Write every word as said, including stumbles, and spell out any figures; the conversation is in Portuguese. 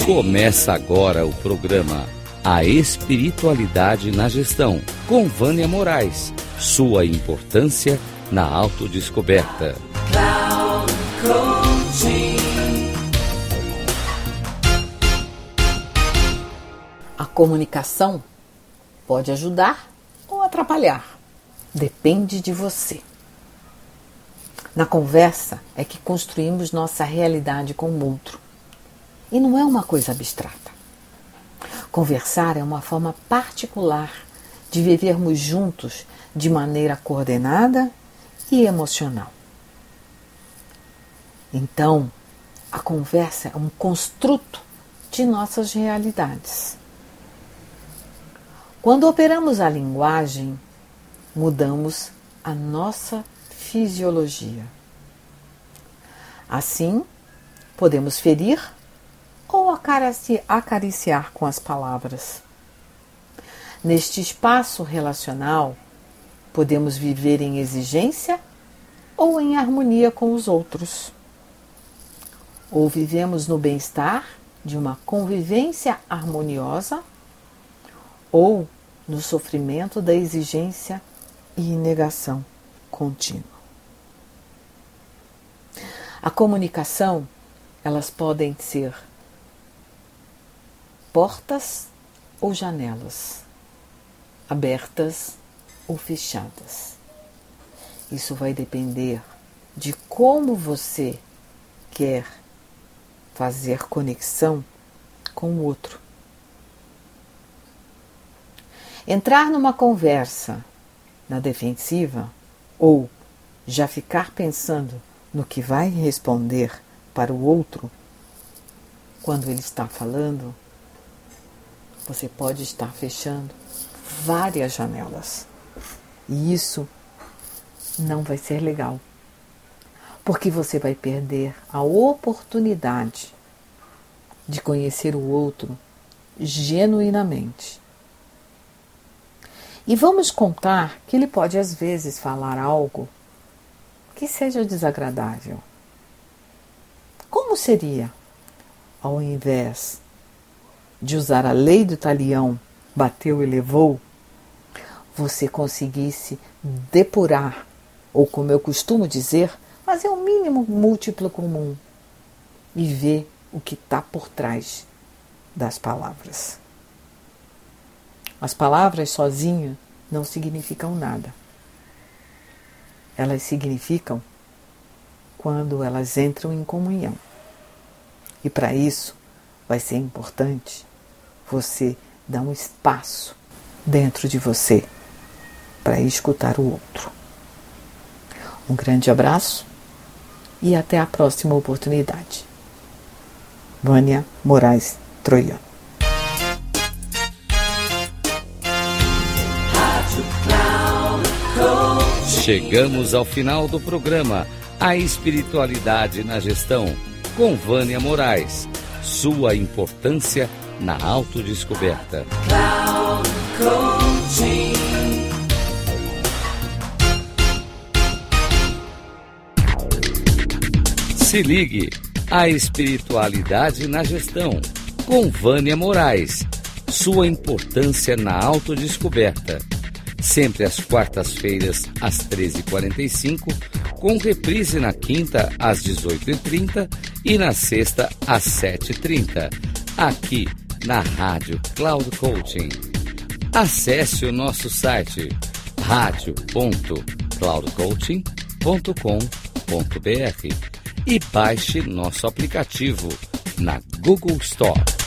Começa agora o programa A Espiritualidade na Gestão, com Vânia Moraes. Sua importância na autodescoberta. A comunicação pode ajudar ou atrapalhar. Depende de você. Na conversa é que construímos nossa realidade com o outro. E não é uma coisa abstrata. Conversar é uma forma particular de vivermos juntos de maneira coordenada e emocional. Então, a conversa é um construto de nossas realidades. Quando operamos a linguagem, mudamos a nossa fisiologia. Assim, podemos ferir ou acariciar com as palavras. Neste espaço relacional, podemos viver em exigência ou em harmonia com os outros. Ou vivemos no bem-estar de uma convivência harmoniosa, ou no sofrimento da exigência e negação contínua. A comunicação, elas podem ser portas ou janelas, abertas ou fechadas. Isso vai depender de como você quer fazer conexão com o outro. Entrar numa conversa na defensiva ou já ficar pensando no que vai responder para o outro quando ele está falando, você pode estar fechando várias janelas. E isso não vai ser legal, porque você vai perder a oportunidade de conhecer o outro genuinamente. E vamos contar que ele pode às vezes falar algo que seja desagradável. Como seria, ao invés de usar a lei do talião, bateu e levou, você conseguisse depurar, ou como eu costumo dizer, fazer o mínimo múltiplo comum e ver o que está por trás das palavras. As palavras sozinhas não significam nada. Elas significam quando elas entram em comunhão. E para isso vai ser importante você dar um espaço dentro de você para escutar o outro. Um grande abraço e até a próxima oportunidade. Vânia Moraes Troiano. Chegamos ao final do programa A Espiritualidade na Gestão, com Vânia Moraes. Sua importância na autodescoberta. Se ligue, A Espiritualidade na Gestão, com Vânia Moraes. Sua importância na autodescoberta. Sempre às quartas-feiras, às treze e quarenta e cinco, com reprise na quinta, às dezoito e trinta e na sexta, às sete e trinta, aqui na Rádio Cloud Coaching. Acesse o nosso site rádio ponto cloud coaching ponto com ponto b r e baixe nosso aplicativo na Google Store.